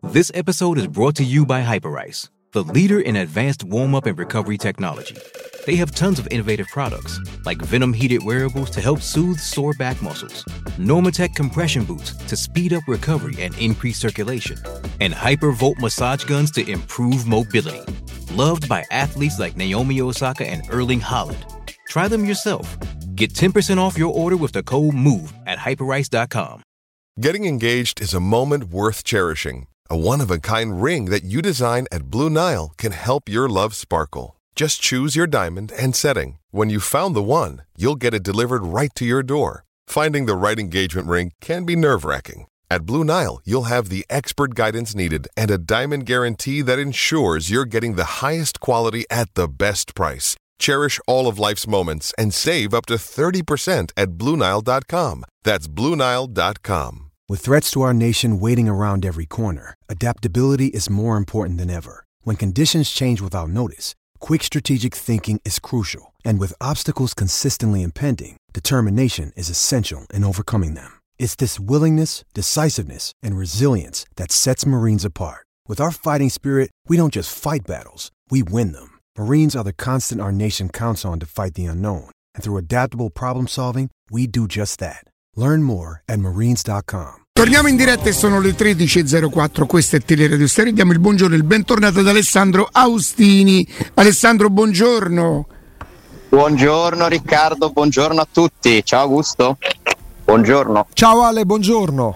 This episode is brought to you by Hyperice, the leader in advanced warm-up and recovery technology. They have tons of innovative products, like Venom-heated wearables to help soothe sore back muscles, Normatec compression boots to speed up recovery and increase circulation, and Hypervolt massage guns to improve mobility. Loved by athletes like Naomi Osaka and Erling Haaland. Try them yourself. Get 10% off your order with the code MOVE at Hyperice.com. Getting engaged is a moment worth cherishing. A one-of-a-kind ring that you design at Blue Nile can help your love sparkle. Just choose your diamond and setting. When you've found the one, you'll get it delivered right to your door. Finding the right engagement ring can be nerve-wracking. At Blue Nile, you'll have the expert guidance needed and a diamond guarantee that ensures you're getting the highest quality at the best price. Cherish all of life's moments and save up to 30% at BlueNile.com. That's BlueNile.com. With threats to our nation waiting around every corner, adaptability is more important than ever. When conditions change without notice, quick strategic thinking is crucial. And with obstacles consistently impending, determination is essential in overcoming them. It's this willingness, decisiveness, and resilience that sets Marines apart. With our fighting spirit, we don't just fight battles, we win them. Marines are the constant our nation counts on to fight the unknown. And through adaptable problem solving, we do just that. Learn more at marines.com. Torniamo in diretta e sono le 13.04, questa è Teleradio Stereo, diamo il buongiorno e il bentornato ad Alessandro Austini. Alessandro, buongiorno. Buongiorno Riccardo, buongiorno a tutti, ciao Augusto, buongiorno. Ciao Ale, buongiorno.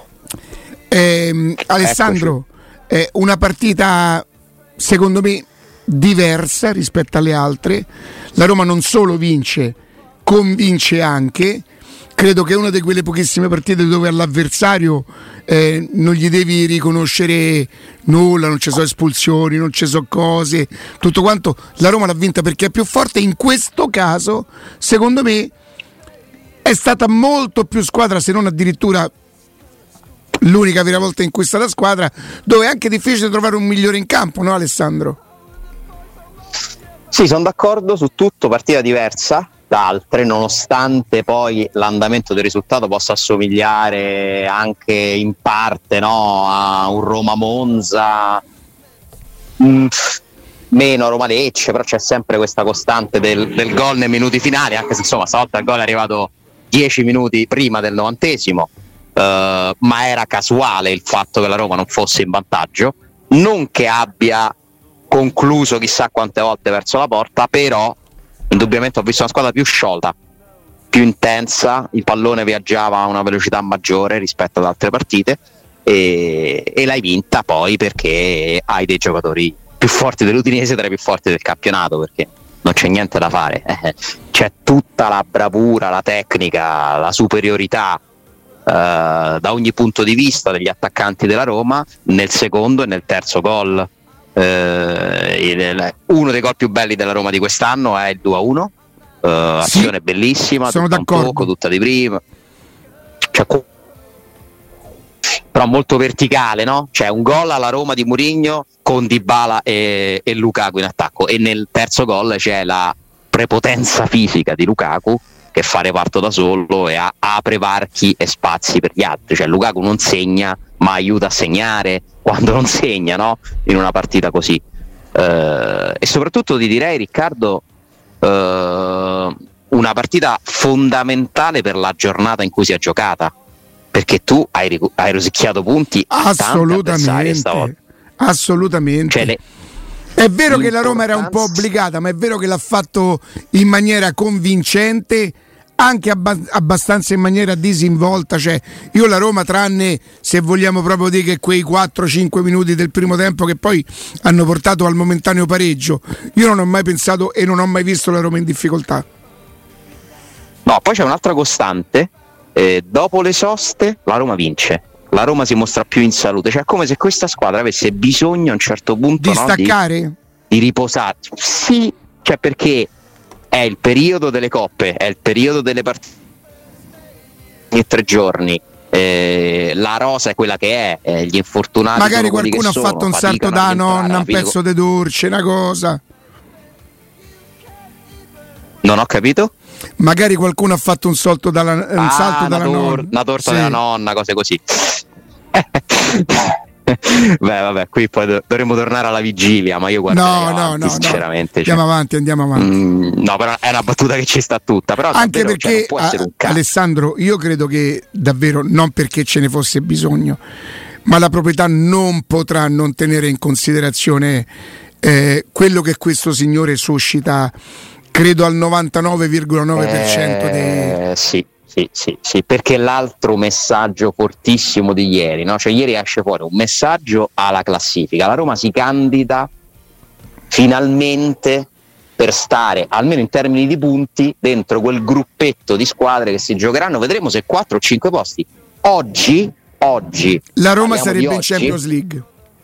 Alessandro, una partita secondo me diversa rispetto alle altre. La Roma non solo vince, convince anche. Credo che è una di quelle pochissime partite dove all'avversario non gli devi riconoscere nulla, non ci sono espulsioni, non ci sono cose, tutto quanto. La Roma l'ha vinta perché è più forte. In questo caso, secondo me, è stata molto più squadra, se non addirittura l'unica vera volta in cui è stata squadra, dove è anche difficile trovare un migliore in campo, no Alessandro? Sì, sono d'accordo su tutto, partita diversa da altre, nonostante poi l'andamento del risultato possa assomigliare anche in parte, no, a un Roma-Monza, meno Roma-Lecce, però c'è sempre questa costante del gol nei minuti finali, anche se insomma stavolta il gol è arrivato 10 minuti prima del 90esimo, ma era casuale il fatto che la Roma non fosse in vantaggio, non che abbia concluso chissà quante volte verso la porta, però indubbiamente ho visto una squadra più sciolta, più intensa, il pallone viaggiava a una velocità maggiore rispetto ad altre partite e l'hai vinta poi perché hai dei giocatori più forti dell'Udinese, tra i più forti del campionato, perché non c'è niente da fare, c'è tutta la bravura, la tecnica, la superiorità da ogni punto di vista degli attaccanti della Roma nel secondo e nel terzo gol. Uno dei gol più belli della Roma di quest'anno è il 2-1, azione bellissima, sono d'accordo. Tocco, tutta di prima, però molto verticale, no? C'è un gol alla Roma di Mourinho con Dybala e Lukaku in attacco, e nel terzo gol c'è la prepotenza fisica di Lukaku che fa reparto da solo e apre varchi e spazi per gli altri, cioè Lukaku non segna ma aiuta a segnare quando non segna, no? In una partita così, e soprattutto ti direi, Riccardo, una partita fondamentale per la giornata in cui si è giocata, perché tu hai rosicchiato punti a tanti avversari stavolta. Assolutamente, cioè, è vero che la Roma era un po' obbligata, ma è vero che l'ha fatto in maniera convincente, anche abbastanza in maniera disinvolta. Cioè, io la Roma, tranne se vogliamo proprio dire che quei 4-5 minuti del primo tempo che poi hanno portato al momentaneo pareggio, io non ho mai pensato e non ho mai visto la Roma in difficoltà. No, poi c'è un'altra costante, dopo le soste la Roma vince, la Roma si mostra più in salute, cioè è come se questa squadra avesse bisogno a un certo punto di staccare, di riposare. Sì, cioè perché è il periodo delle coppe, è il periodo delle partite ogni 3 giorni, la rosa è quella che è, gli infortunati magari qualcuno ha fatto un salto da nonna, un pezzo di dolce, una cosa. Non ho capito? Magari qualcuno ha fatto un salto dalla nonna, una torta, sì, della nonna, cose così. Beh, vabbè, qui poi dovremmo tornare alla vigilia, ma io guarderei sinceramente. Andiamo avanti. No, però è una battuta che ci sta tutta. Però anche davvero, perché, può essere un caso. Alessandro, io credo che davvero, non perché ce ne fosse bisogno, ma la proprietà non potrà non tenere in considerazione quello che questo signore suscita, credo al 99,9% Sì, perché l'altro messaggio fortissimo di ieri, no? Cioè ieri esce fuori un messaggio alla classifica, la Roma si candida finalmente per stare, almeno in termini di punti, dentro quel gruppetto di squadre che si giocheranno, vedremo se 4 o 5 posti. Oggi la Roma sarebbe in Champions League.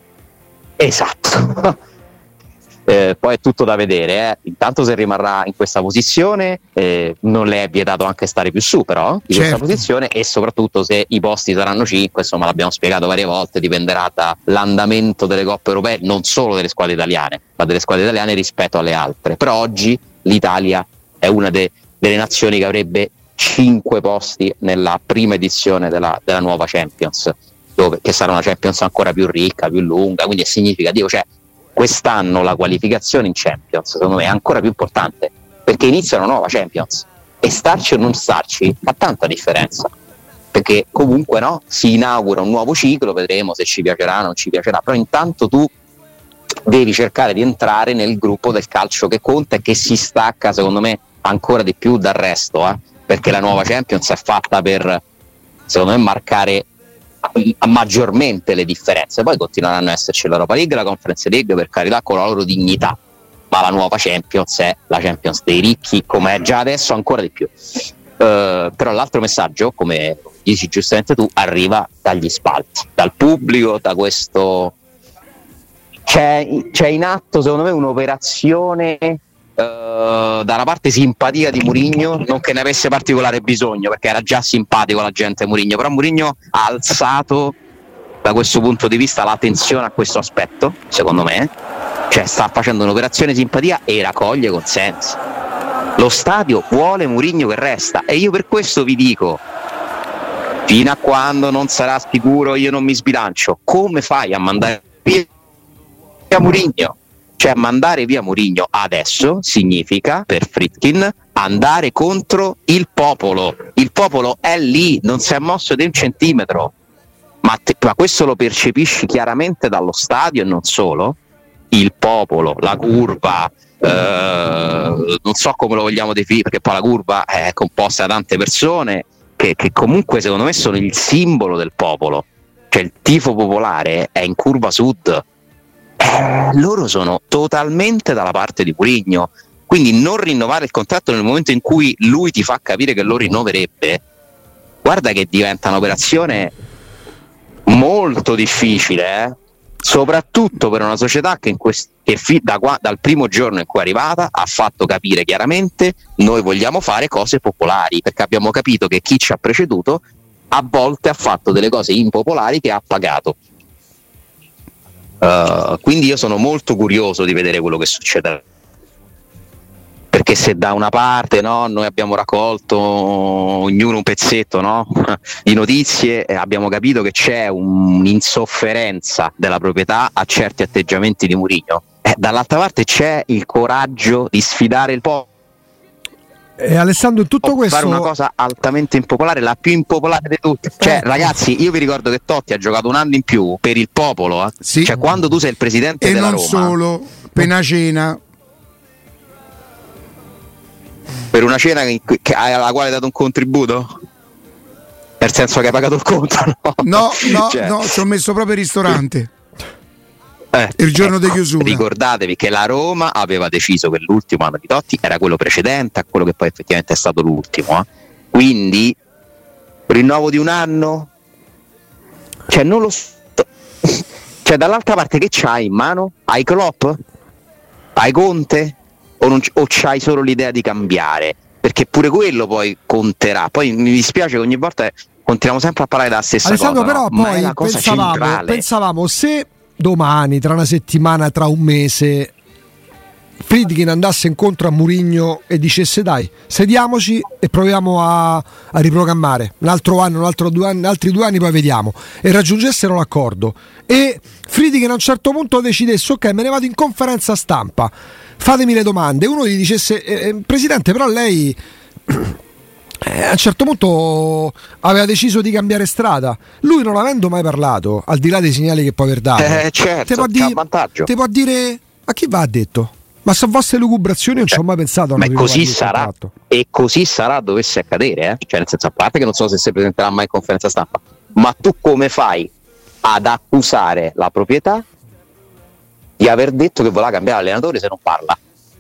Esatto. Poi è tutto da vedere, intanto se rimarrà in questa posizione, non le è vietato anche stare più su però di questa posizione, e soprattutto se i posti saranno 5, insomma l'abbiamo spiegato varie volte, dipenderà dall'andamento delle coppe europee, non solo delle squadre italiane, ma delle squadre italiane rispetto alle altre. Però oggi l'Italia è una delle nazioni che avrebbe 5 posti nella prima edizione della nuova Champions, che sarà una Champions ancora più ricca, più lunga, quindi è significativo. Cioè quest'anno la qualificazione in Champions secondo me è ancora più importante, perché inizia una nuova Champions e starci o non starci fa tanta differenza, perché comunque si inaugura un nuovo ciclo, vedremo se ci piacerà o non ci piacerà, però intanto tu devi cercare di entrare nel gruppo del calcio che conta e che si stacca secondo me ancora di più dal resto, perché la nuova Champions è fatta per, secondo me, marcare maggiormente le differenze. Poi continueranno ad esserci l'Europa League e la Conference League, per carità, con la loro dignità, ma la nuova Champions è la Champions dei ricchi, come è già adesso, ancora di più. Però l'altro messaggio, come dici giustamente tu, arriva dagli spalti, dal pubblico, da questo c'è in atto secondo me un'operazione dalla parte simpatia di Mourinho, non che ne avesse particolare bisogno, perché era già simpatico la gente Mourinho, però Mourinho ha alzato da questo punto di vista la tensione a questo aspetto, secondo me, cioè sta facendo un'operazione simpatia e raccoglie consensi. Lo stadio vuole Mourinho che resta, e io per questo vi dico, fino a quando non sarà sicuro io non mi sbilancio. Come fai a mandare via Mourinho? Cioè mandare via Mourinho adesso significa, per Friedkin, andare contro il popolo. Il popolo è lì, non si è mosso di un centimetro, ma questo lo percepisci chiaramente dallo stadio, e non solo. Il popolo, la curva, non so come lo vogliamo definire, perché poi la curva è composta da tante persone che comunque secondo me sono il simbolo del popolo. Cioè il tifo popolare è in curva sud. Loro sono totalmente dalla parte di Mourinho, quindi non rinnovare il contratto nel momento in cui lui ti fa capire che lo rinnoverebbe, guarda che diventa un'operazione molto difficile, soprattutto per una società che, dal primo giorno in cui è arrivata ha fatto capire chiaramente: noi vogliamo fare cose popolari, perché abbiamo capito che chi ci ha preceduto a volte ha fatto delle cose impopolari che ha pagato. Quindi io sono molto curioso di vedere quello che succederà, perché se da una parte noi abbiamo raccolto ognuno un pezzetto di notizie, abbiamo capito che c'è un'insofferenza della proprietà a certi atteggiamenti di Mourinho, dall'altra parte c'è il coraggio di sfidare il popolo. Alessandro, tutto questo, fare una cosa altamente impopolare, la più impopolare di tutte. Cioè, ragazzi, io vi ricordo che Totti ha giocato un anno in più per il popolo. Sì. Cioè, quando tu sei il presidente e della non Roma, solo per una cena, per una cena alla quale hai dato un contributo, nel senso che hai pagato il conto, no, ci ho messo proprio il ristorante. Il giorno di chiusura. Ricordatevi che la Roma aveva deciso che l'ultimo anno di Totti era quello precedente a quello che poi effettivamente è stato l'ultimo, quindi rinnovo di un anno, cioè non lo so. Cioè dall'altra parte che c'hai in mano? Hai Klopp? Hai Conte? O c'hai solo l'idea di cambiare? Perché pure quello poi conterà. Poi mi dispiace che ogni volta continuiamo sempre a parlare della stessa Alessandro, cosa, però poi pensavamo se domani, tra una settimana, tra un mese Friedkin andasse incontro a Mourinho e dicesse dai, sediamoci e proviamo a riprogrammare un altro anno, un altro 2 anni, altri 2 anni, poi vediamo, e raggiungessero l'accordo, e Friedkin a un certo punto decidesse ok, me ne vado in conferenza stampa, fatemi le domande, uno gli dicesse Presidente, però lei a un certo punto aveva deciso di cambiare strada, lui non avendo mai parlato, al di là dei segnali che può aver dato, certo, ti può dire a chi va, ha detto ma sono vostre lucubrazioni, non ci ho mai pensato. Ma così sarà, e così sarà dovesse accadere, cioè nel senso, a parte che non so se si presenterà mai in conferenza stampa, ma tu come fai ad accusare la proprietà di aver detto che voleva cambiare allenatore se non parla?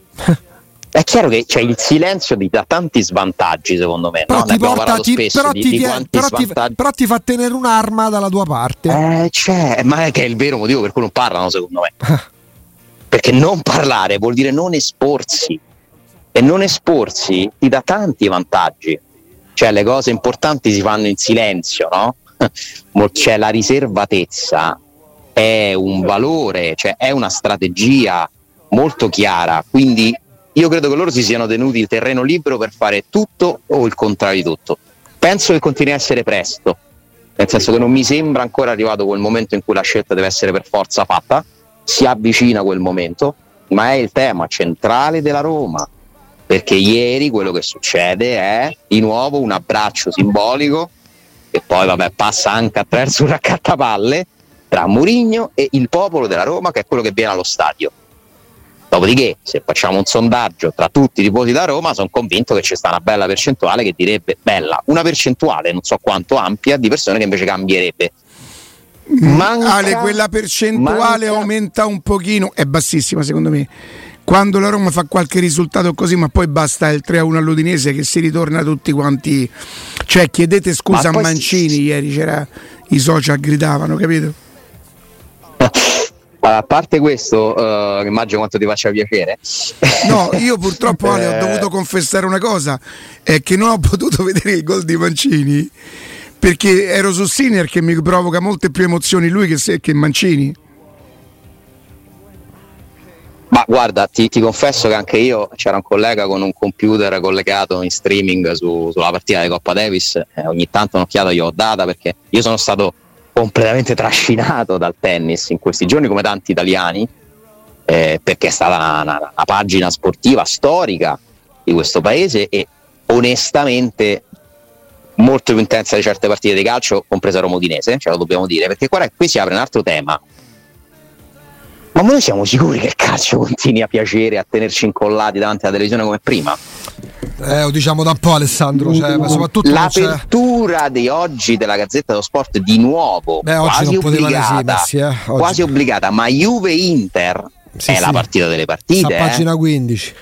È chiaro che c'è il silenzio di dà tanti svantaggi, secondo me. Però, no? Ne abbiamo parlato spesso però ti fa tenere un'arma dalla tua parte. Ma è che è il vero motivo per cui non parlano, secondo me. Perché non parlare vuol dire non esporsi, e non esporsi ti dà tanti vantaggi. Cioè le cose importanti si fanno in silenzio, no? C'è la riservatezza, è un valore, cioè è una strategia molto chiara, quindi io credo che loro si siano tenuti il terreno libero per fare tutto o il contrario di tutto. Penso che continui a essere presto, nel senso che non mi sembra ancora arrivato quel momento in cui la scelta deve essere per forza fatta. Si avvicina quel momento, ma è il tema centrale della Roma, perché ieri quello che succede è di nuovo un abbraccio simbolico, e poi passa anche attraverso un raccattapalle tra Mourinho e il popolo della Roma, che è quello che viene allo stadio. Dopodiché, se facciamo un sondaggio tra tutti i tifosi da Roma, sono convinto che c'è sta una bella percentuale che direbbe una percentuale, non so quanto ampia, di persone che invece cambierebbe. Ale, quella percentuale aumenta un pochino, è bassissima secondo me, quando la Roma fa qualche risultato così, ma poi basta il 3-1 all'Udinese che si ritorna tutti quanti, cioè chiedete scusa a Mancini, ieri c'era, i social gridavano, capito? A parte questo, immagino quanto ti faccia piacere. No, io purtroppo Ale ho dovuto confessare una cosa, è che non ho potuto vedere il gol di Mancini perché ero su Sinner, che mi provoca molte più emozioni lui che Mancini. Ma guarda, ti confesso che anche io, c'era un collega con un computer collegato in streaming sulla partita di Coppa Davis, ogni tanto un'occhiata gli ho data, perché io sono stato completamente trascinato dal tennis in questi giorni, come tanti italiani, perché è stata una pagina sportiva storica di questo paese, e onestamente molto più intensa di certe partite di calcio, compresa Roma Udinese, ce lo dobbiamo dire, perché qui si apre un altro tema. Ma noi siamo sicuri che il calcio continui a piacere, a tenerci incollati davanti alla televisione come prima? Lo diciamo da un po', Alessandro, ma soprattutto l'apertura di oggi della Gazzetta dello Sport di nuovo, quasi obbligata, ma Juve-Inter è la partita delle partite, pagina 15.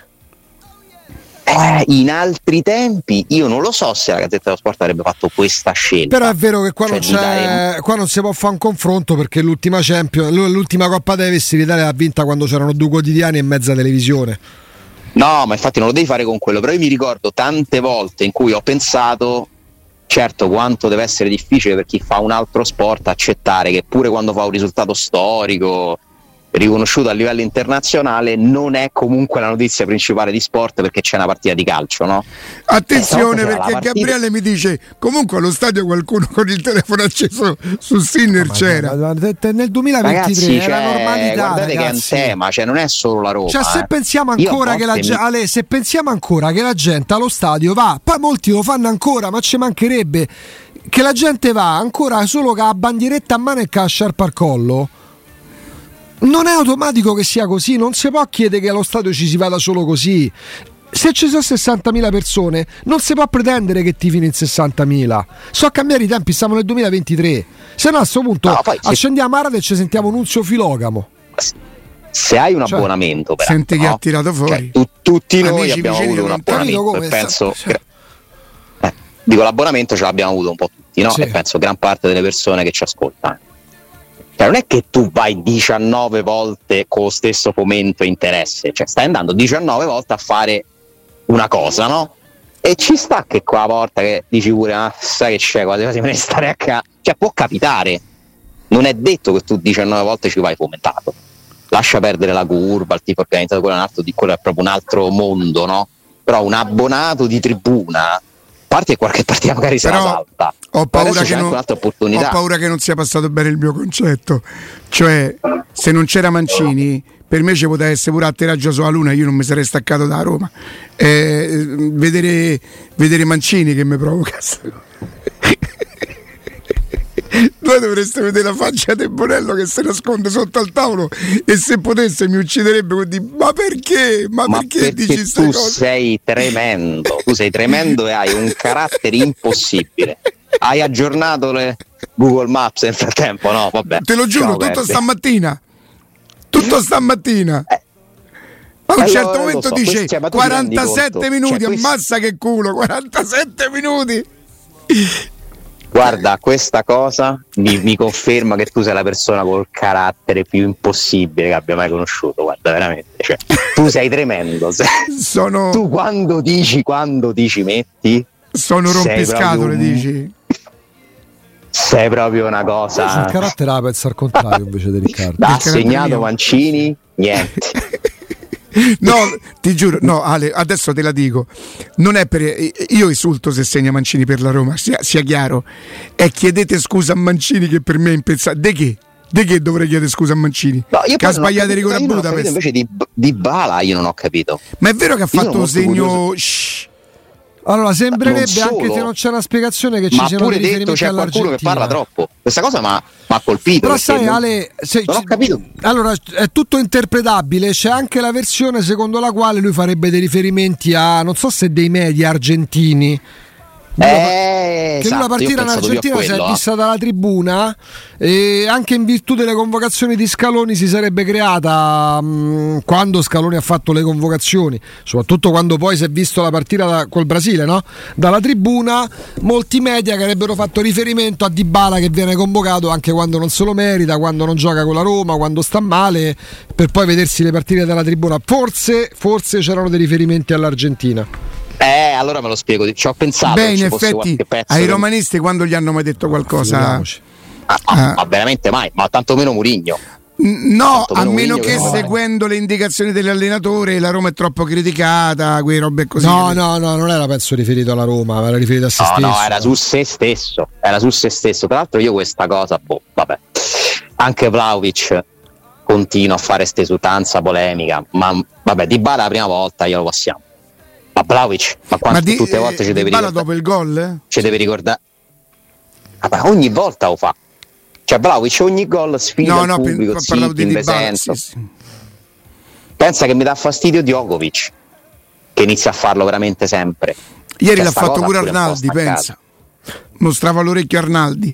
In altri tempi io non lo so se la Gazzetta dello Sport avrebbe fatto questa scelta. Però è vero che qua non si può fare un confronto, perché l'ultima Coppa Davis l'Italia l'ha vinta quando c'erano 2 quotidiani e mezza televisione. No, ma infatti non lo devi fare con quello. Però io mi ricordo tante volte in cui ho pensato, certo, quanto deve essere difficile per chi fa un altro sport accettare che pure quando fa un risultato storico riconosciuto a livello internazionale non è comunque la notizia principale di sport, perché c'è una partita di calcio, no? Attenzione, perché Gabriele mi dice comunque allo stadio qualcuno con il telefono acceso su Sinner c'era. Nel 2023 ragazzi, è la normalità, guardate, ragazzi, che è un tema, cioè non è solo la Roma. Cioè, se pensiamo ancora che la gente allo stadio va, poi molti lo fanno ancora, ma ci mancherebbe, che la gente va ancora solo con la bandieretta a mano e con la sciarpa al collo. Non è automatico che sia così, non si può chiedere che allo stadio ci si vada solo così. Se ci sono 60.000 persone, non si può pretendere che tifino in 60.000. So cambiare i tempi, stiamo nel 2023. Se no, a questo punto accendiamo Arade e ci sentiamo Nunzio Filogamo. Se hai un abbonamento, però, senti che ha tirato fuori. Tutti noi abbiamo avuto un abbonamento, e penso dico, l'abbonamento ce l'abbiamo avuto un po' tutti, no? Sì. E penso gran parte delle persone che ci ascoltano. Cioè, non è che tu vai 19 volte con lo stesso fomento e interesse, cioè stai andando 19 volte a fare una cosa, no? E ci sta che qua volta che dici pure, sai che c'è, quasi me ne stare a casa. Cioè, può capitare, non è detto che tu 19 volte ci vai fomentato. lascia perdere la curva, il tifo organizzato, quello è proprio un altro mondo, no? Però un abbonato di tribuna, a parte che qualche partita magari se la salta, ho paura che non sia passato bene il mio concetto, cioè se non c'era Mancini per me ci poteva essere pure atterraggio sulla luna, io non mi sarei staccato da Roma. Vedere Mancini che mi provoca. Voi dovreste vedere la faccia di Bonello che si nasconde sotto al tavolo e se potesse mi ucciderebbe con dire ma perché dici queste cose? Tu sei tremendo e hai un carattere impossibile. Hai aggiornato le Google Maps nel frattempo? No, vabbè. Te lo giuro, tutto stamattina. A un certo momento dice 47 minuti, ammazza che culo, 47 minuti. Guarda, questa cosa mi conferma che tu sei la persona col carattere più impossibile che abbia mai conosciuto. Guarda, veramente, cioè, tu sei tremendo. Tu quando ti ci metti, sono rompiscatole, dici? Sei proprio una cosa. Il carattere la pensa al contrario invece di Riccardo. Ha segnato Mancini, niente. No, ti giuro, no Ale, adesso te la dico. Non è per io esulto se segna Mancini per la Roma, sia chiaro. E chiedete scusa a Mancini che per me è impensabile. De che dovrei chiedere scusa a Mancini? No, che ha sbagliato rigore a Budapest. Invece di Bala io non ho capito. Ma è vero che ha fatto un segno. Allora sembrerebbe, anche se non c'è una spiegazione, che ci siano dei riferimenti c'è qualcuno che parla troppo. Questa cosa mi ha colpito. Però sai Ale, non ho capito. Allora è tutto interpretabile. C'è anche la versione secondo la quale lui farebbe dei riferimenti a, non so se dei media argentini, che esatto, la partita in Argentina si è vista dalla tribuna e anche in virtù delle convocazioni di Scaloni si sarebbe creata quando Scaloni ha fatto le convocazioni, soprattutto quando poi si è visto la partita col Brasile, no? Dalla tribuna molti media che avrebbero fatto riferimento a Dybala che viene convocato anche quando non se lo merita, quando non gioca con la Roma, quando sta male, per poi vedersi le partite dalla tribuna. Forse c'erano dei riferimenti all'Argentina. Allora me lo spiego, ci ho pensato. Beh, in effetti ai romanisti quando gli hanno mai detto qualcosa? Ma veramente mai, ma tantomeno Mourinho. No, a meno che seguendo le indicazioni dell'allenatore la Roma è troppo criticata, quelle robe così. No, non era penso riferito alla Roma, ma era riferito a se stesso. No, era su se stesso. Tra l'altro io questa cosa, vabbè. Anche Vlahovic continua a fare ste esultanza polemica, ma vabbè, Dybala la prima volta io lo passiamo. Ma Vlahovic, tutte le volte ci deve ricordare dopo il gol? Ci deve ricordare. Ma ogni volta lo fa. Cioè Vlahovic ogni gol sfida il pubblico, zitti, in presenza. Sì. Pensa che mi dà fastidio Djokovic, che inizia a farlo veramente sempre. Ieri l'ha fatto pure Arnaldi, pensa. Mostrava l'orecchio Arnaldi.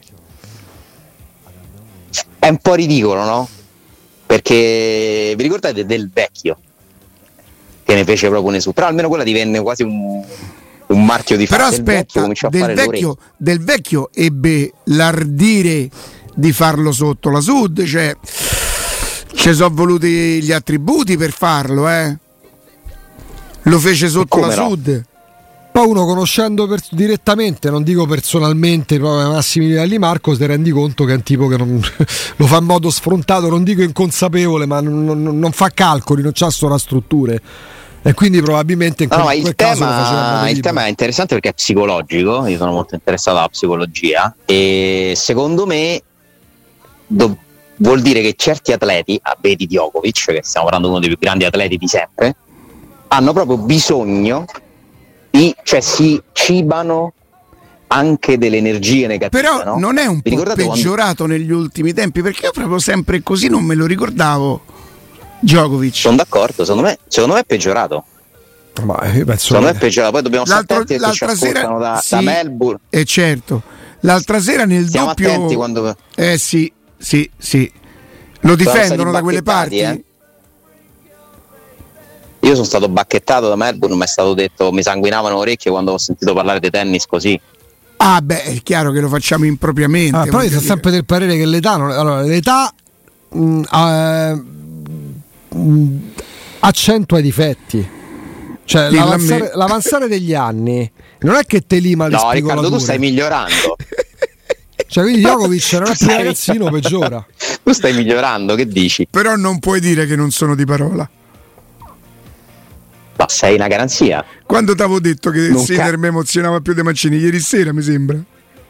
È un po' ridicolo, no? Perché vi ricordate del Vecchio? Che ne fece proprio un però almeno quella divenne quasi un marchio di fama. Però aspetta, del vecchio ebbe l'ardire di farlo sotto la Sud, cioè ci sono voluti gli attributi per farlo, lo fece sotto la Sud. Poi uno conoscendo direttamente, non dico personalmente, proprio ai massimi livelli Marco, ti rendi conto che è un tipo che non, lo fa in modo sfrontato, non dico inconsapevole, ma non fa calcoli, non c'ha solo strutture. E quindi probabilmente in quel caso lo faceva. Il tema è interessante perché è psicologico, io sono molto interessato alla psicologia e secondo me vuol dire che certi atleti, vedi Djokovic, che stiamo parlando di uno dei più grandi atleti di sempre, hanno proprio bisogno cioè si cibano anche delle energie negative. Però no? Non è un po' peggiorato negli ultimi tempi, perché io proprio sempre così non me lo ricordavo Djokovic. Sono d'accordo, secondo me è peggiorato. Ma io penso secondo me è peggiorato. Poi dobbiamo stare attenti perché ci ascoltano da Melbourne. E certo, l'altra sera nel stiamo doppio attenti quando sì. Lo difendono da quelle parti. Io sono stato bacchettato da Melbourne, mi è stato detto, mi sanguinavano le orecchie quando ho sentito parlare di tennis così. Ah beh, è chiaro che lo facciamo impropriamente. Però io sono sempre del parere che l'età accentua i difetti. Cioè l'avanzare degli anni non è che te lima le spigolature. No, Riccardo, tu stai migliorando. Cioè, quindi Djokovic era un più ragazzino, peggiora. Tu stai migliorando, che dici? Però non puoi dire che non sono di parola. Ma sei una garanzia. Quando t'avevo detto che il Sinner mi emozionava più dei Mancini? Ieri sera, mi sembra.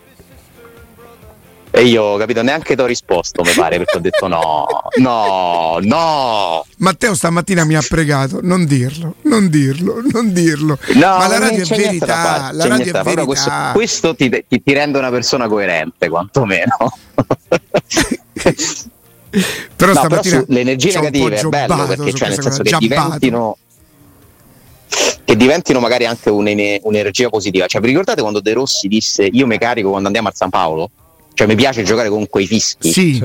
E io, capito, neanche ti ho risposto, mi pare, perché ho detto no. Matteo stamattina mi ha pregato, non dirlo. No, Ma la radio è verità, la radio è verità. Questo ti rende una persona coerente, quantomeno. Però stamattina le energie negative è bello, perché cioè nel senso che diventino magari anche un'energia positiva. Cioè, vi ricordate quando De Rossi disse io mi carico quando andiamo al San Paolo? Cioè, mi piace giocare con quei fischi. Sì.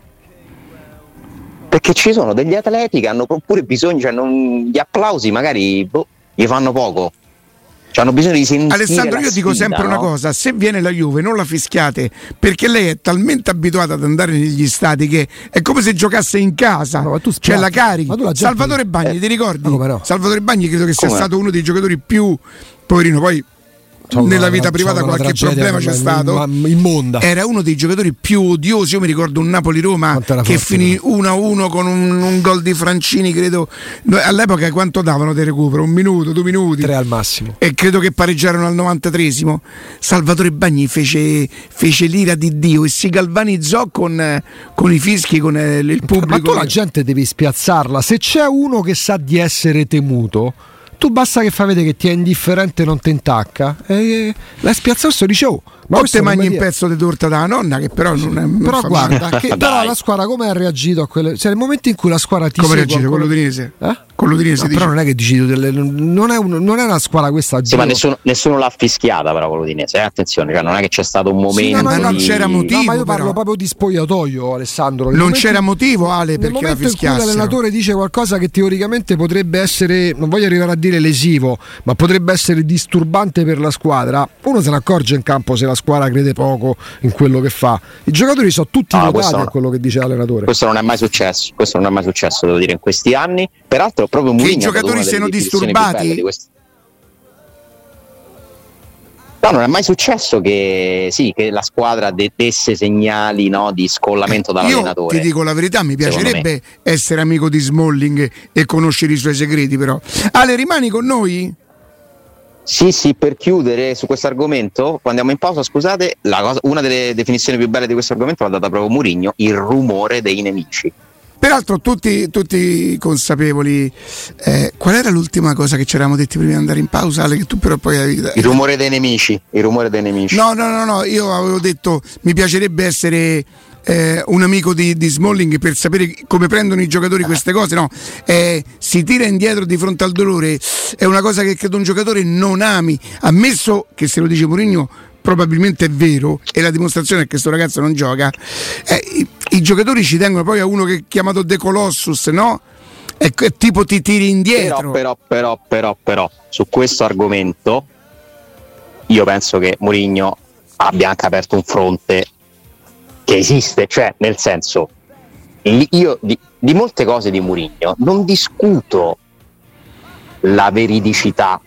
Perché ci sono degli atleti che hanno pure bisogno, cioè gli applausi magari gli fanno poco. Cioè, hanno bisogno di sentire. Alessandro, io dico sempre una cosa: se viene la Juve non la fischiate, perché lei è talmente abituata ad andare negli stadi che è come se giocasse in casa. C'è la carica. Salvatore Bagni, ti ricordi? No. Salvatore Bagni credo che sia stato uno dei giocatori più poverino, poi nella vita privata qualche problema c'è stato, immonda. Era uno dei giocatori più odiosi. Io mi ricordo un Napoli-Roma che finì 1-1 con un gol di Francini, credo. All'epoca quanto davano di recupero? 1 minuto, 2 minuti? 3 al massimo. E credo che pareggiarono al 93esimo. Salvatore Bagni fece l'ira di Dio e si galvanizzò con i fischi, con il pubblico. Ma tu la gente devi spiazzarla. Se c'è uno che sa di essere temuto, tu basta che fai vedere che ti è indifferente e non ti intacca, e la spiazzosso dice ma te mangi un pezzo di torta dalla nonna, che però non è. Però guarda, che però la squadra come ha reagito a quelle. Cioè, nel momento in cui la squadra ti come reagire con l'Udinese? Con l'Udinese, però non è che dici non è una squadra questa. Sì, ma nessuno l'ha fischiata però con l'Udinese, attenzione, cioè non è che c'è stato un momento. Sì, ma non c'era motivo. No, ma io parlo proprio di spogliatoio, Alessandro. Non c'era motivo, Ale, perché la fischiassero. Nel momento in cui l'allenatore dice qualcosa che teoricamente potrebbe essere, non voglio arrivare a dire lesivo, ma potrebbe essere disturbante per la squadra, uno se ne accorge in campo se la squadra crede poco in quello che fa. I giocatori sono tutti votati a quello che dice l'allenatore. Questo non è mai successo, devo dire, in questi anni. Peraltro proprio Mourinho, che i giocatori siano disturbati. No, non è mai successo che la squadra desse segnali, no, di scollamento dall'allenatore. Io ti dico la verità, mi piacerebbe essere amico di Smalling e conoscere i suoi segreti, però. Ale, rimani con noi? Sì, per chiudere su questo argomento, quando andiamo in pausa, scusate, una delle definizioni più belle di questo argomento l'ha data proprio Mourinho: il rumore dei nemici. Peraltro tutti consapevoli. Qual era l'ultima cosa che ci eravamo detti prima di andare in pausa, Ale, che tu però poi avevi... Il rumore dei nemici. No, io avevo detto mi piacerebbe essere un amico di Smalling per sapere come prendono i giocatori queste cose. No, si tira indietro di fronte al dolore, è una cosa che credo un giocatore non ami, ammesso che, se lo dice Mourinho, probabilmente è vero, e la dimostrazione è che questo ragazzo non gioca. I giocatori ci tengono poi a uno che è chiamato De Colossus, no? È tipo ti tiri indietro. Però su questo argomento io penso che Mourinho abbia anche aperto un fronte che esiste, cioè nel senso, io di molte cose di Mourinho non discuto la veridicità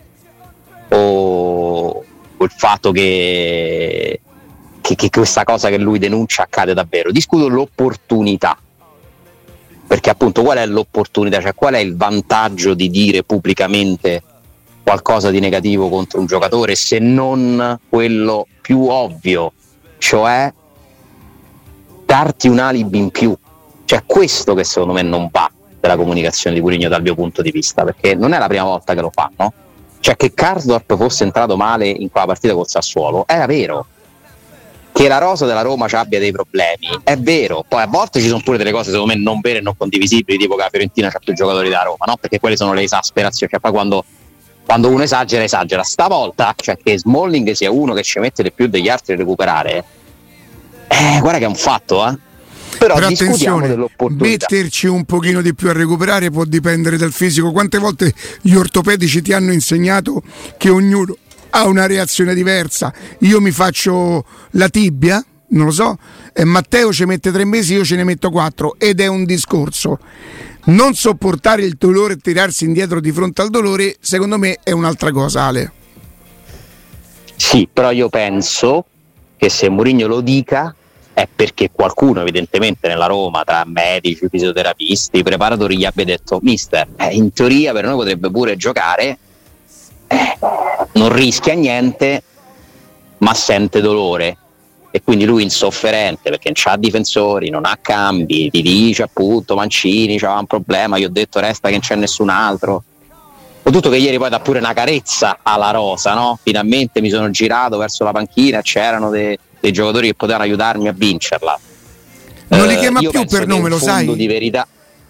o il fatto che questa cosa che lui denuncia accade davvero, discuto l'opportunità, perché appunto qual è l'opportunità, cioè qual è il vantaggio di dire pubblicamente qualcosa di negativo contro un giocatore, se non quello più ovvio, cioè darti un alibi in più. Cioè questo che secondo me non va della comunicazione di Mourinho dal mio punto di vista, perché non è la prima volta che lo fa, no? Cioè che Karsdorp fosse entrato male in quella partita col Sassuolo era vero, che la rosa della Roma abbia dei problemi è vero, poi a volte ci sono pure delle cose secondo me non vere e non condivisibili, tipo che la Fiorentina c'ha più giocatori da Roma, no? Perché quelle sono le esasperazioni, cioè poi quando uno esagera. Stavolta, cioè che Smalling sia uno che ci mette di più degli altri a recuperare, guarda che è un fatto, Però attenzione, metterci un pochino di più a recuperare può dipendere dal fisico. Quante volte gli ortopedici ti hanno insegnato che ognuno ha una reazione diversa? Io mi faccio la tibia, non lo so, e Matteo ci mette 3 mesi, io ce ne metto 4, ed è un discorso. Non sopportare il dolore e tirarsi indietro di fronte al dolore, secondo me è un'altra cosa, Ale. Sì, però io penso che se Mourinho lo dica è perché qualcuno evidentemente nella Roma, tra medici, fisioterapisti, preparatori, gli abbia detto: mister, in teoria per noi potrebbe pure giocare, non rischia niente ma sente dolore, e quindi lui insofferente perché non c'ha difensori, non ha cambi, ti dice appunto Mancini c'aveva un problema, io ho detto resta che non c'è nessun altro. Soprattutto che ieri poi dà pure una carezza alla rosa, no? Finalmente mi sono girato verso la panchina, c'erano dei giocatori che potevano aiutarmi a vincerla. Non li chiama più per nome, lo sai? Di verità.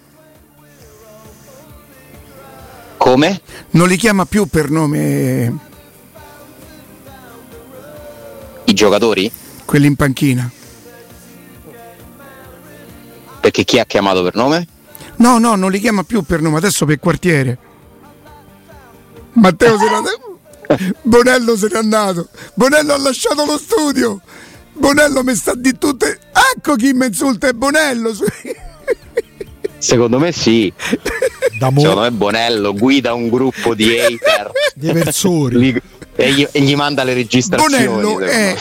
Come? Non li chiama più per nome i giocatori? Quelli in panchina. Perché chi ha chiamato per nome? No, non li chiama più per nome, adesso per quartiere. Matteo se n'è andato. Bonello se n'è andato. Bonello ha lasciato lo studio. Bonello mi sta di tutte. Ecco chi mi insulta, è Bonello. Secondo me sì. Secondo me Bonello guida un gruppo di hater, di eversori, e gli manda le registrazioni. Bonello è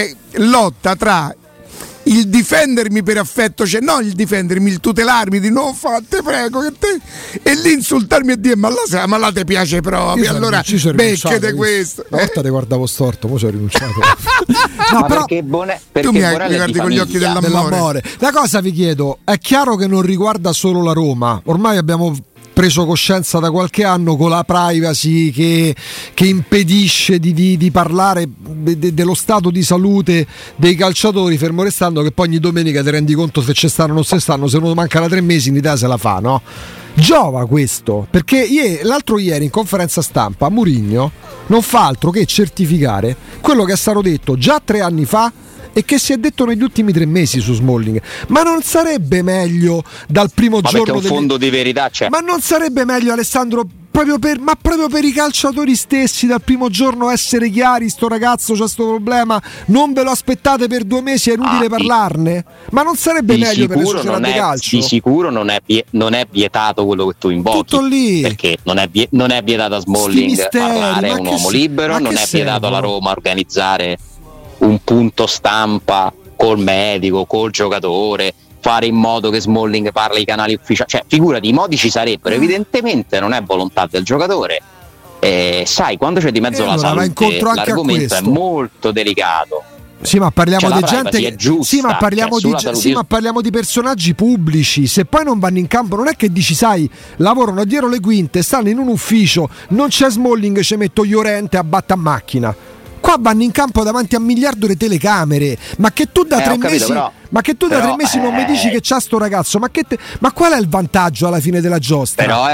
lotta tra il difendermi per affetto, cioè no il difendermi, il tutelarmi di no te prego che te, e l'insultarmi e dire ma là ti piace proprio, allora becchete questo. Una volta ti guardavo storto, poi ci ho rinunciato. No, però perché tu mi guardi con gli occhi dell'amore. La cosa vi chiedo, è chiaro che non riguarda solo la Roma, ormai abbiamo preso coscienza da qualche anno con la privacy che impedisce di parlare dello stato di salute dei calciatori, fermo restando che poi ogni domenica ti rendi conto se ci stanno o non se stanno, se non mancano 3 mesi in Italia se la fa, no? Giova questo, perché l'altro ieri in conferenza stampa Mourinho non fa altro che certificare quello che è stato detto già 3 anni fa e che si è detto negli ultimi 3 mesi su Smalling. Ma non sarebbe meglio dal primo giorno perché un fondo di verità c'è. Ma non sarebbe meglio, Alessandro, proprio per i calciatori stessi dal primo giorno essere chiari, sto ragazzo c'ha sto problema, non ve lo aspettate per 2 mesi, è inutile parlarne? Ma non sarebbe meglio per le società di calcio? Di sicuro non è vietato quello che tu invochi. Tutto lì. Perché non è vietato a Smalling parlare, è un uomo libero, non è vietato alla Roma organizzare un punto stampa col medico, col giocatore, fare in modo che Smalling parli ai canali ufficiali, cioè figurati, i modi ci sarebbero, evidentemente non è volontà del giocatore, sai, quando c'è di mezzo la salute l'argomento è molto delicato. Sì, ma parliamo di gente che giusta, ma parliamo di personaggi pubblici. Se poi non vanno in campo, non è che dici, sai, lavorano dietro le quinte, stanno in un ufficio, non c'è Smalling, ci metto Llorente a batta a macchina. Qua vanno in campo davanti a 1 miliardo di telecamere. Ma che tu da 3 mesi, però, ma che tu da 3 mesi non mi dici che c'ha sto ragazzo? Ma qual è il vantaggio alla fine della giostra? Però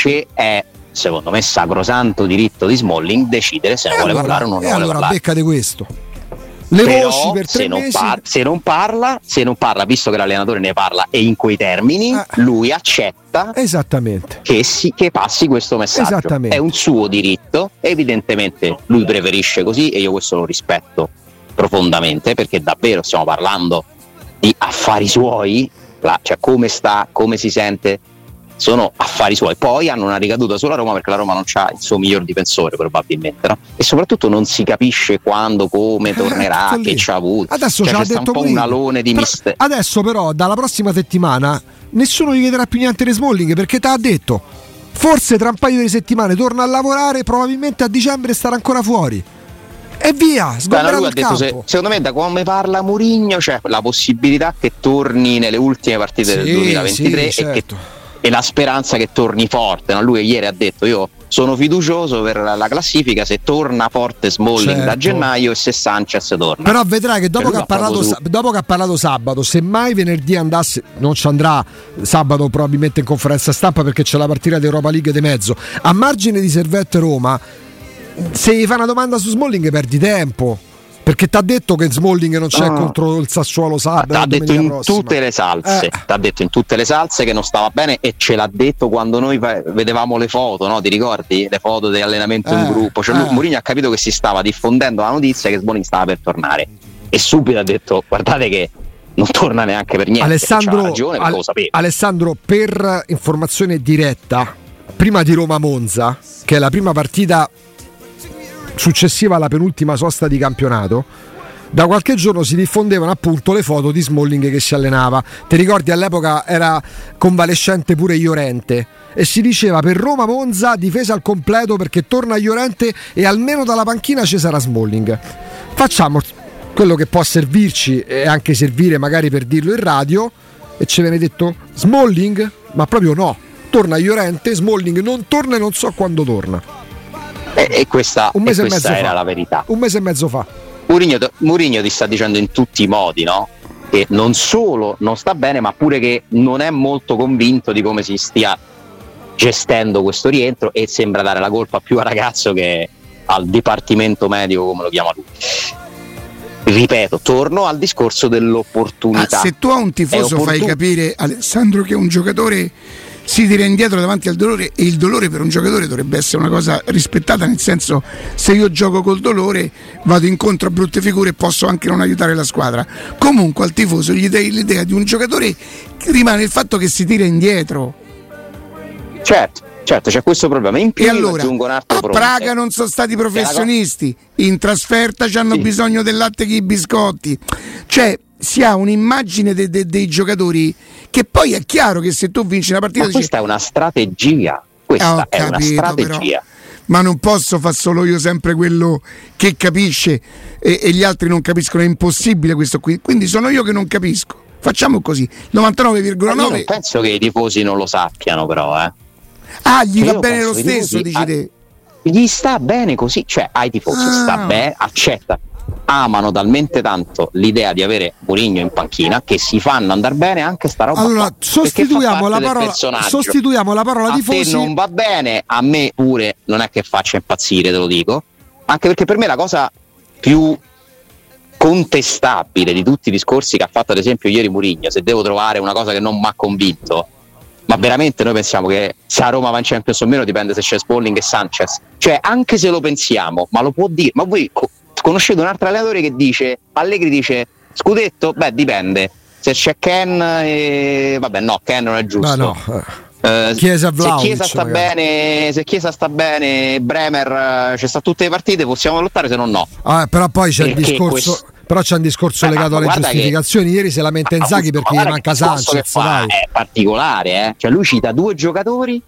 è secondo me sacrosanto diritto di Smalling decidere se ne vuole parlare o non vuole parlare. Allora becca di questo. Le però, voci per 3 mesi. Se non parla, visto che l'allenatore ne parla e in quei termini, lui accetta esattamente che passi questo messaggio. È un suo diritto, evidentemente lui preferisce così e io questo lo rispetto profondamente, perché davvero stiamo parlando di affari suoi, cioè come sta, come si sente, sono affari suoi. Poi hanno una ricaduta sulla Roma perché la Roma non c'ha il suo miglior difensore probabilmente, no? E soprattutto non si capisce quando, come tornerà, che c'ha avuto. Adesso c'è detto un po' prima. un alone di mistero. Adesso però dalla prossima settimana nessuno gli chiederà più niente di Smalling, perché t'ha detto forse tra un paio di settimane torna a lavorare, probabilmente a dicembre starà ancora fuori. E via, sgomberando il campo. Secondo me da come parla Mourinho c'è la possibilità che torni nelle ultime partite del 2023 certo. E la speranza che torni forte, no? Lui ieri ha detto io sono fiducioso per la classifica se torna forte Smalling da gennaio e se Sanchez torna. Però vedrai che dopo che ha parlato sabato, se mai venerdì andasse, non ci andrà sabato probabilmente in conferenza stampa perché c'è la partita di Europa League di mezzo, a margine di Servette Roma, se gli fa una domanda su Smalling perdi tempo. Perché t'ha detto che Smalling non c'è contro il Sassuolo sabato. T'ha detto in tutte le salse. T'ha detto in tutte le salse che non stava bene e ce l'ha detto quando noi vedevamo le foto, no? Ti ricordi? Le foto dell'allenamento in gruppo. Cioè Mourinho ha capito che si stava diffondendo la notizia che Smalling stava per tornare. E subito ha detto guardate che non torna neanche per niente. Alessandro, ragione, lo sapevo. Alessandro, per informazione diretta, prima di Roma-Monza, che è la prima partita successiva alla penultima sosta di campionato, da qualche giorno si diffondevano appunto le foto di Smalling che si allenava. Ti ricordi, all'epoca era convalescente pure Llorente e si diceva per Roma-Monza difesa al completo perché torna Llorente e almeno dalla panchina ci sarà Smalling. Facciamo quello che può servirci e anche servire magari per dirlo in radio, e ci viene detto Smalling? Ma proprio no, torna Llorente, Smalling non torna e non so quando torna. E questa, un mese e mezzo era fa. La verità. Un mese e mezzo fa. Mourinho ti sta dicendo in tutti i modi, no? Che non solo non sta bene, ma pure che non è molto convinto di come si stia gestendo questo rientro, e sembra dare la colpa più al ragazzo che al dipartimento medico, come lo chiama lui. Ripeto, torno al discorso dell'opportunità. Se tu a un tifoso fai capire, Alessandro, che un giocatore si tira indietro davanti al dolore, e il dolore per un giocatore dovrebbe essere una cosa rispettata, nel senso, se io gioco col dolore vado incontro a brutte figure e posso anche non aiutare la squadra. Comunque al tifoso gli dai l'idea di un giocatore che rimane il fatto che si tira indietro. Certo, c'è questo problema. In più, e allora a Praga non sono stati professionisti, in trasferta c'hanno bisogno del latte che i biscotti, cioè si ha un'immagine dei giocatori che poi è chiaro che se tu vinci una partita, ma questa è una strategia, una strategia. Però, ma non posso far solo io sempre quello che capisce e gli altri non capiscono, è impossibile questo qui, quindi sono io che non capisco. Facciamo così, 99,9. Io non penso che i tifosi non lo sappiano, però gli va bene lo stesso, dici te. Gli sta bene così, cioè ai tifosi sta bene, accetta. Amano talmente tanto l'idea di avere Mourinho in panchina che si fanno andare bene anche sta roba. Allora, sostituiamo la parola tifosi. A te non va bene, a me pure non è che faccia impazzire, te lo dico. Anche perché per me la cosa più contestabile di tutti i discorsi che ha fatto ad esempio ieri Mourinho, se devo trovare una cosa che non mi ha convinto, ma veramente noi pensiamo che se a Roma va in Champions o meno dipende se c'è Smalling e Sanchez, cioè anche se lo pensiamo, ma lo può dire. Ma voi conoscete un altro allenatore che dice, Allegri dice scudetto? Beh, dipende, se c'è Ken Ken non è giusto. Chiesa, Vlahovic, se Chiesa sta bene, se Chiesa sta bene, Bremer ci sta tutte le partite, possiamo lottare, se no. Però poi c'è il discorso. Però c'è un discorso legato alle giustificazioni. Ieri se lamenta Inzaghi perché gli manca Sanchez. È particolare, cioè lui cita due giocatori.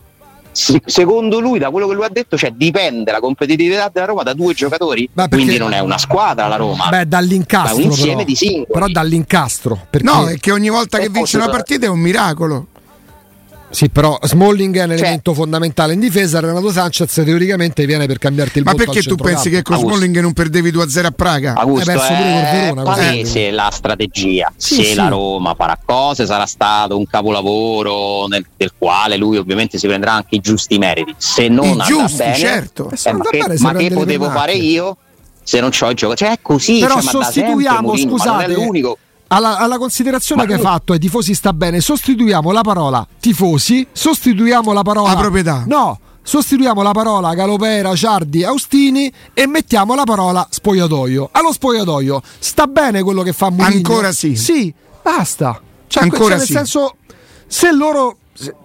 Secondo lui, da quello che lui ha detto, cioè dipende la competitività della Roma da due giocatori. Quindi non è una squadra la Roma. Dall'incastro. Da un insieme di singoli. Però dall'incastro. Perché... No, è che ogni volta che vince una partita è un miracolo. Sì, però Smalling è un elemento fondamentale in difesa. Renato Sanchez teoricamente viene per cambiarti il volto. Ma perché tu pensi che con Smalling non perdevi 2-0 a Praga? Augusto, è palese la strategia. Se la Roma farà cose sarà stato un capolavoro del quale lui ovviamente si prenderà anche i giusti meriti. Se non andrà bene, certo. Ma che potevo fare io se non c'ho il gioco? Cioè è così. Però sostituiamo, scusate, non è l'unico. Alla considerazione che hai fatto ai tifosi sta bene, sostituiamo la parola tifosi, sostituiamo la parola la proprietà. No, sostituiamo la parola Galopera, Ciardi, Austini e mettiamo la parola spogliatoio. Allo spogliatoio sta bene quello che fa Mourinho? Ancora sì. Sì, basta. Ancora nel senso, se loro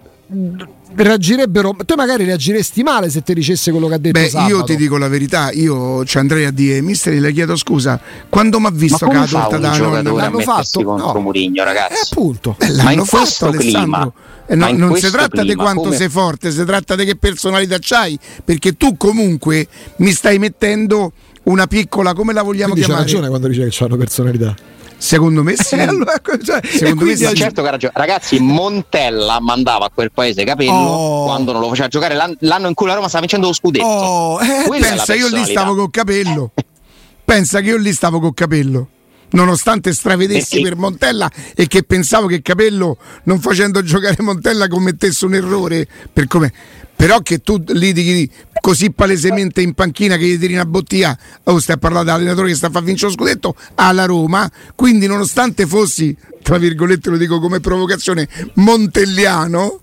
reagirebbero, te magari reagiresti male se ti dicesse quello che ha detto sabato. Io ti dico la verità, io ci andrei a dire mister, le chiedo scusa, quando mi ha visto che la torta da nonna l'hanno fatto contro Mourinho, ragazzi, appunto l'hanno fatto, Alessandro, non si tratta di quanto sei forte, si tratta di che personalità c'hai, perché tu comunque mi stai mettendo una piccola, come la vogliamo chiamare? C'ha ragione quando dice che c'hanno personalità. Secondo me sì. Secondo me sì. Certo che ha ragione. Ragazzi, Montella mandava a quel paese Capello quando non lo faceva giocare l'anno in cui la Roma stava vincendo lo scudetto. Pensa, io lì stavo col Capello. Pensa che io lì stavo col Capello. Nonostante stravedessi per Montella e che pensavo che Capello, non facendo giocare Montella, commettesse un errore per come. Però che tu lì dici così palesemente in panchina che gli tiri una bottiglia, stai a parlare dell'allenatore che sta a far vincere lo scudetto alla Roma, quindi nonostante fossi, tra virgolette lo dico come provocazione, montelliano,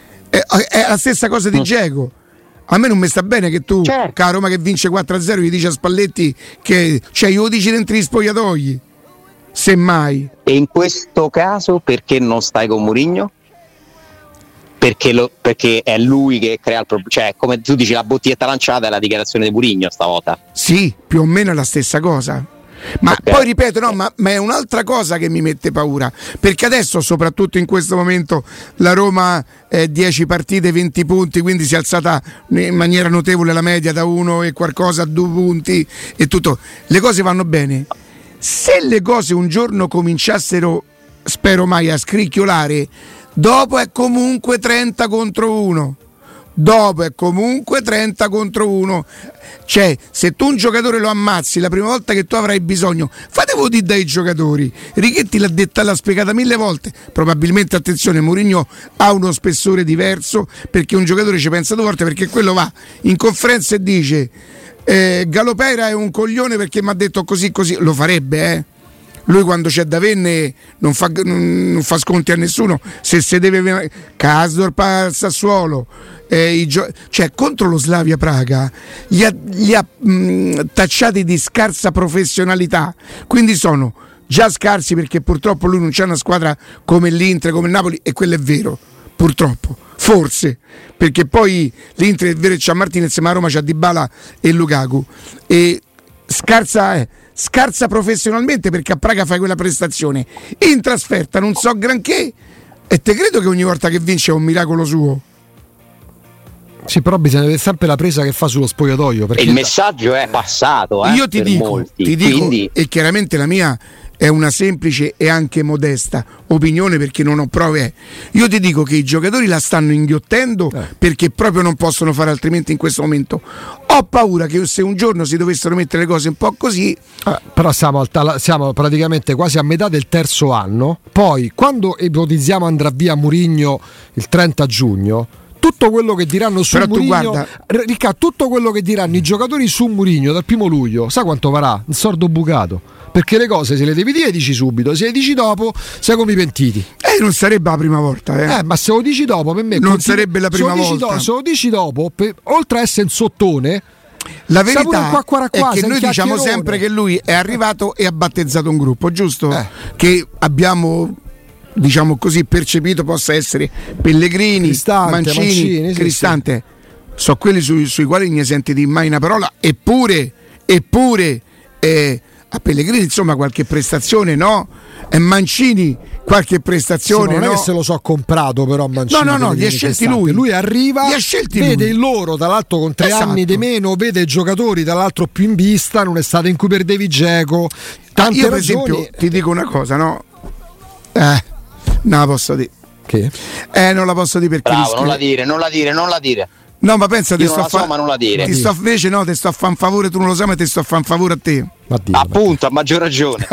è la stessa cosa di Dzeko. A me non mi sta bene che tu, che a Roma che vince 4-0, gli dici a Spalletti che, cioè, glielo dici dentro gli spogliatoi, semmai. E in questo caso perché non stai con Mourinho? Perché è lui che crea il problema, cioè come tu dici la bottiglietta lanciata è la dichiarazione di Mourinho stavolta. Sì, più o meno è la stessa cosa. Ma poi ripeto, no, ma è un'altra cosa che mi mette paura, perché adesso, soprattutto in questo momento, la Roma 10 partite, 20 punti, quindi si è alzata in maniera notevole la media da 1 e qualcosa a 2 punti e tutto. Le cose vanno bene. Se le cose un giorno cominciassero, spero mai, a scricchiolare, dopo è comunque 30 contro 1. Dopo è comunque 30 contro 1. Cioè, se tu un giocatore lo ammazzi la prima volta che tu avrai bisogno, fatevo dire dai giocatori. Righetti l'ha spiegata 1000 volte. Probabilmente, attenzione, Mourinho ha uno spessore diverso, perché un giocatore ci pensa 2 volte, perché quello va in conferenza e dice Galopera è un coglione perché mi ha detto così, lo farebbe, Lui quando c'è da venne non fa sconti a nessuno. Se deve Karsdorp al Sassuolo, cioè contro lo Slavia Praga li ha tacciati di scarsa professionalità, quindi sono già scarsi, perché purtroppo lui non c'è una squadra come l'Inter, come il Napoli, e quello è vero, purtroppo. Forse, perché poi l'Inter è vero, c'ha Martinez, ma Roma c'ha Dybala e Lukaku, e scarsa professionalmente, perché a Praga fai quella prestazione, in trasferta non so granché, e te credo che ogni volta che vince è un miracolo suo. Sì, però bisogna vedere sempre la presa che fa sullo spogliatoio, perché il messaggio è passato. Io ti dico, quindi... e chiaramente la mia è una semplice e anche modesta opinione, perché non ho prove. Io ti dico che i giocatori la stanno inghiottendo perché proprio non possono fare altrimenti in questo momento. Ho paura che se un giorno si dovessero mettere le cose un po' così, però siamo praticamente quasi a metà del terzo anno. Poi quando ipotizziamo andrà via Mourinho il 30 giugno, tutto quello che diranno su Mourinho, Riccardo, tutto quello che diranno i giocatori su Mourinho dal 1 luglio, sai quanto varrà? Un sordo bucato. Perché le cose se le devi dire dici subito, se le dici dopo sei come i pentiti. Non sarebbe la prima volta, ma se lo dici dopo, per me non sarebbe la prima volta. Se lo dici dopo, oltre a essere un sottone, la verità è che noi diciamo sempre che lui è arrivato e ha battezzato un gruppo, giusto? Che abbiamo, diciamo così, percepito possa essere Pellegrini, Mancini, Cristante, sì. So quelli sui quali ne senti di mai una parola, eppure a Pellegrini insomma qualche prestazione, no? E Mancini qualche prestazione, non è che se lo so comprato, però Mancini no, li ha scelti lui arriva, vede il loro tra l'altro con 3 anni di meno, vede i giocatori tra l'altro più in vista, non è stato in cui perdevi Dzeko, tante io per ragioni. esempio ti dico una cosa, no? Non la posso dire. Che? Non la posso dire perché bravo, non la dire. No, ma pensa, io ma non la dire. Ti sto invece ti sto a fare un favore, tu non lo sai, ma ti sto a fare un favore a te. Appunto, a maggior ragione.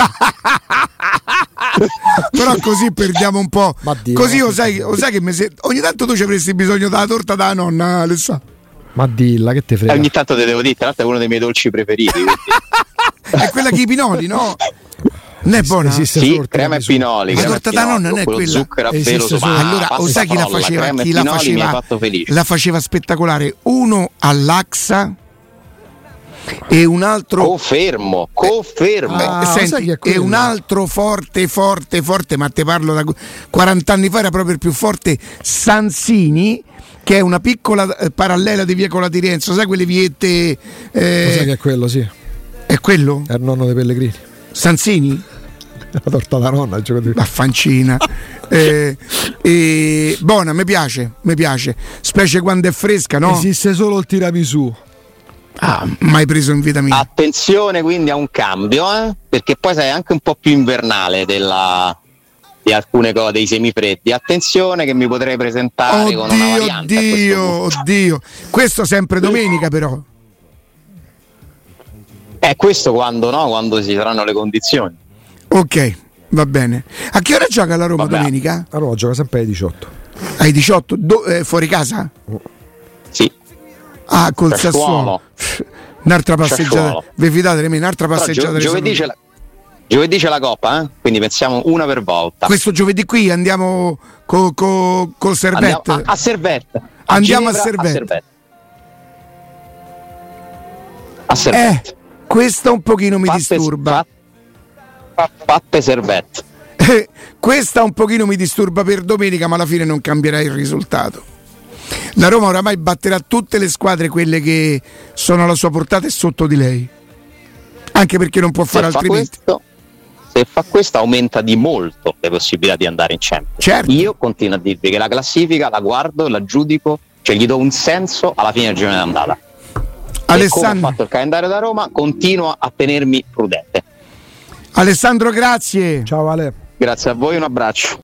Però così perdiamo un po'. Così lo sai che ogni tanto tu ci avresti bisogno della torta della nonna, Alessà. Ma dilla, che te frega. Ogni tanto te devo dire, tra l'altro è uno dei miei dolci preferiti. È quella che i pinoli, no? Non è buona? Sì, crema e pinoli. La torta da nonna non è quella. Zucchero a velo. Allora, sai chi la faceva? Chi la faceva? La faceva spettacolare. Uno all'Axa e un altro. Confermo. Senti, e un altro forte, ma te parlo da 40 anni fa, era proprio il più forte, Sanzini, che è una piccola parallela di via Cola di Rienzo, sai quelle viette. Lo sai che è quello, sì. È quello? È il nonno dei Pellegrini. Sanzini? La torta da nonna, la fancina. Buona, mi piace, specie quando è fresca, no? Esiste solo il tiramisù. Mai preso in vita mia. Attenzione quindi a un cambio, perché poi sei anche un po' più invernale di alcune cose, dei semifreddi. Attenzione che mi potrei presentare con una variante. Oddio. Questo sempre domenica però. Questo quando ci saranno le condizioni. Ok, va bene. A che ora gioca la Roma domenica? La Roma gioca sempre ai 18. Ai 18? Fuori casa? Sì. Col Sassuolo. Un'altra passeggiata. Vi fidate di me? Un'altra passeggiata. Giovedì c'è la Coppa, quindi pensiamo una per volta. Questo giovedì qui andiamo col Servette. A Servette. Andiamo a Servette. A Servette. Questa un pochino mi disturba. Fatte Servette. Questa un pochino mi disturba per domenica, ma alla fine non cambierà il risultato. La Roma oramai batterà tutte le squadre, quelle che sono alla sua portata e sotto di lei. anche perché non può fare altrimenti. Se fa questo aumenta di molto le possibilità di andare in Champions. Certo. Io continuo a dirvi che la classifica la guardo, la giudico, cioè gli do un senso alla fine del girone d'andata. Alessandro, come ho fatto il calendario da Roma, continuo a tenermi prudente. Alessandro, grazie. Ciao Ale. Grazie a voi, un abbraccio.